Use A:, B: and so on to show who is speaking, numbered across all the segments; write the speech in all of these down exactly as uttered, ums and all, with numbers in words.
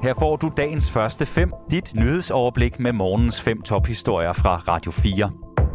A: Her får du dagens første fem, dit nyhedsoverblik med morgens fem tophistorier fra Radio fire.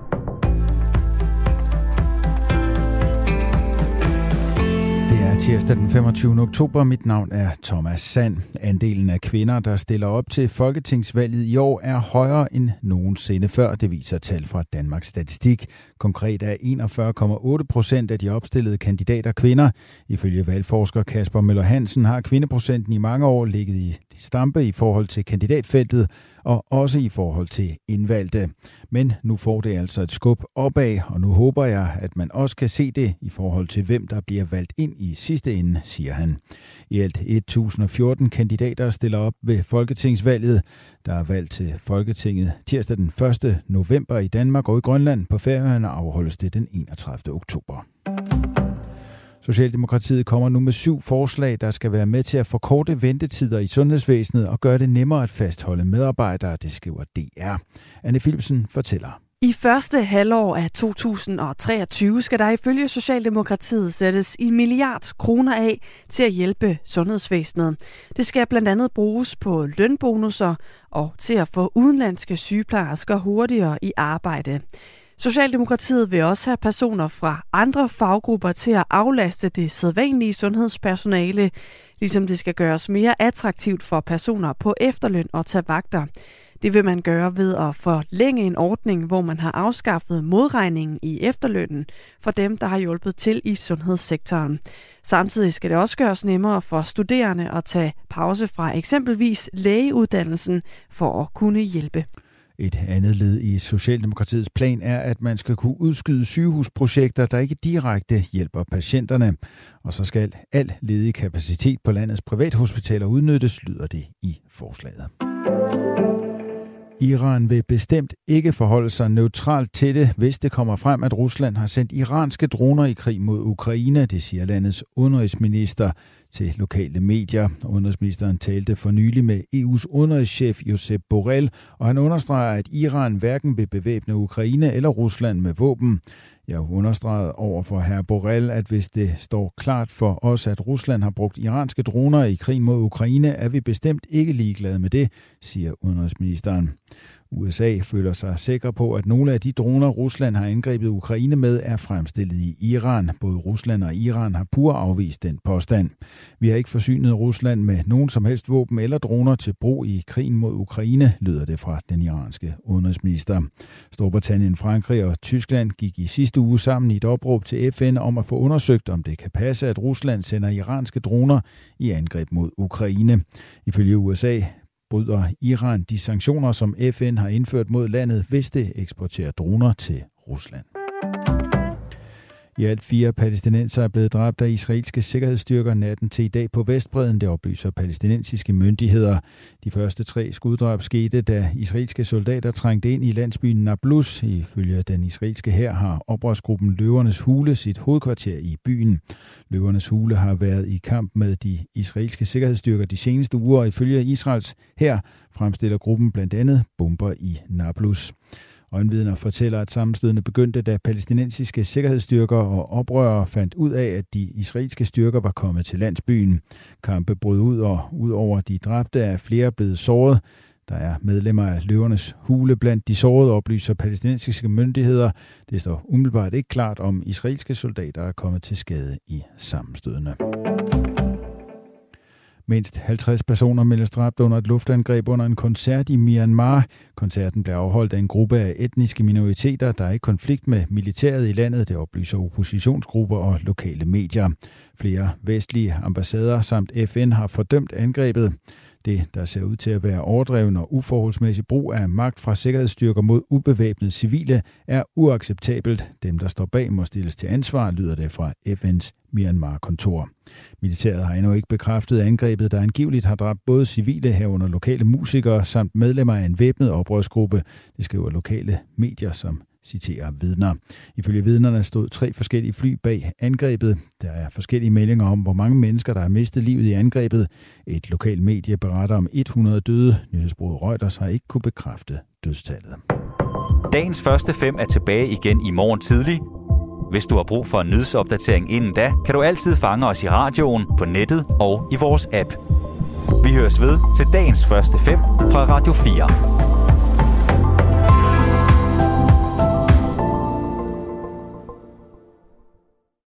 B: Tirsdag den femogtyvende oktober. Mit navn er Thomas Sand. Andelen af kvinder, der stiller op til folketingsvalget i år, er højere end nogensinde før. Det viser tal fra Danmarks Statistik. Konkret er enogfyrre komma otte procent af de opstillede kandidater kvinder. Ifølge valgforsker Kasper Møller Hansen har kvindeprocenten i mange år ligget i stampe i forhold til kandidatfeltet og også i forhold til indvalgte. Men nu får det altså et skub opad, og nu håber jeg, at man også kan se det i forhold til, hvem der bliver valgt ind i sidste ende, siger han. I alt et tusind og fjorten kandidater stiller op ved folketingsvalget. Der er valgt til Folketinget tirsdag den første november i Danmark, og i Grønland. På Færøerne afholdes det den enogtredivte oktober. Socialdemokratiet kommer nu med syv forslag, der skal være med til at forkorte ventetider i sundhedsvæsenet og gøre det nemmere at fastholde medarbejdere, det skriver D R. Anne Philipsen fortæller.
C: I første halvår af to tusind og treogtyve skal der ifølge Socialdemokratiet sættes en milliard kroner af til at hjælpe sundhedsvæsenet. Det skal blandt andet bruges på lønbonusser og til at få udenlandske sygeplejersker hurtigere i arbejde. Socialdemokratiet vil også have personer fra andre faggrupper til at aflaste det sædvanlige sundhedspersonale, ligesom det skal gøres mere attraktivt for personer på efterløn og tage vagter. Det vil man gøre ved at forlænge en ordning, hvor man har afskaffet modregningen i efterlønnen for dem, der har hjulpet til i sundhedssektoren. Samtidig skal det også gøres nemmere for studerende at tage pause fra eksempelvis lægeuddannelsen for at kunne hjælpe.
B: Et andet led i Socialdemokratiets plan er, at man skal kunne udskyde sygehusprojekter, der ikke direkte hjælper patienterne. Og så skal al ledig kapacitet på landets privathospitaler udnyttes, lyder det i forslaget. Iran vil bestemt ikke forholde sig neutralt til det, hvis det kommer frem, at Rusland har sendt iranske droner i krig mod Ukraine, det siger landets udenrigsminister til lokale medier. Udenrigsministeren talte for nylig med E U's udenrigschef Josep Borrell, og han understreger, at Iran hverken vil bevæbne Ukraine eller Rusland med våben. Jeg understregede over for hr. Borrell, at hvis det står klart for os, at Rusland har brugt iranske droner i krig mod Ukraine, er vi bestemt ikke ligeglade med det, siger udenrigsministeren. U S A føler sig sikker på, at nogle af de droner, Rusland har angrebet Ukraine med, er fremstillet i Iran. Både Rusland og Iran har pur afvist den påstand. Vi har ikke forsynet Rusland med nogen som helst våben eller droner til brug i krigen mod Ukraine, lyder det fra den iranske udenrigsminister. Storbritannien, Frankrig og Tyskland gik i sidste uge sammen i et opråb til F N om at få undersøgt, om det kan passe, at Rusland sender iranske droner i angreb mod Ukraine. Ifølge U S A bryder Iran de sanktioner, som F N har indført mod landet, hvis det eksporterer droner til Rusland. I alt fire palæstinenser er blevet dræbt af israelske sikkerhedsstyrker natten til i dag på Vestbredden, det oplyser palæstinensiske myndigheder. De første tre skuddrab skete, da israelske soldater trængte ind i landsbyen Nablus. Ifølge den israelske hær har oprørsgruppen Løvernes Hule sit hovedkvarter i byen. Løvernes Hule har været i kamp med de israelske sikkerhedsstyrker de seneste uger, og ifølge Israels hær fremstiller gruppen blandt andet bomber i Nablus. Øjenvidner fortæller, at sammenstødene begyndte, da palæstinensiske sikkerhedsstyrker og oprørere fandt ud af, at de israelske styrker var kommet til landsbyen. Kampe brød ud, og ud over de dræbte er flere blevet såret. Der er medlemmer af Løvernes Hule blandt de sårede, oplyser palæstinensiske myndigheder. Det står umiddelbart ikke klart, om israelske soldater er kommet til skade i sammenstødene. Mindst halvtreds personer meldes dræbt under et luftangreb under en koncert i Myanmar. Koncerten blev afholdt af en gruppe af etniske minoriteter, der er i konflikt med militæret i landet, det oplyser oppositionsgrupper og lokale medier. Flere vestlige ambassader samt F N har fordømt angrebet. Det, der ser ud til at være overdreven og uforholdsmæssig brug af magt fra sikkerhedsstyrker mod ubevæbnede civile, er uacceptabelt. Dem, der står bag, må stilles til ansvar, lyder det fra F N's Myanmar-kontor. Militæret har endnu ikke bekræftet angrebet, der angiveligt har dræbt både civile herunder lokale musikere samt medlemmer af en væbnet oprørsgruppe. Det skriver lokale medier, som citerer vidner. Ifølge vidnerne stod tre forskellige fly bag angrebet. Der er forskellige meldinger om, hvor mange mennesker, der har mistet livet i angrebet. Et lokalt medie beretter om hundrede døde. Nyhedsbureauet Reuters har ikke kunne bekræfte dødstallet.
A: Dagens første fem er tilbage igen i morgen tidlig. Hvis du har brug for en nyhedsopdatering inden da, kan du altid fange os i radioen, på nettet og i vores app. Vi høres ved til dagens første fem fra Radio fire.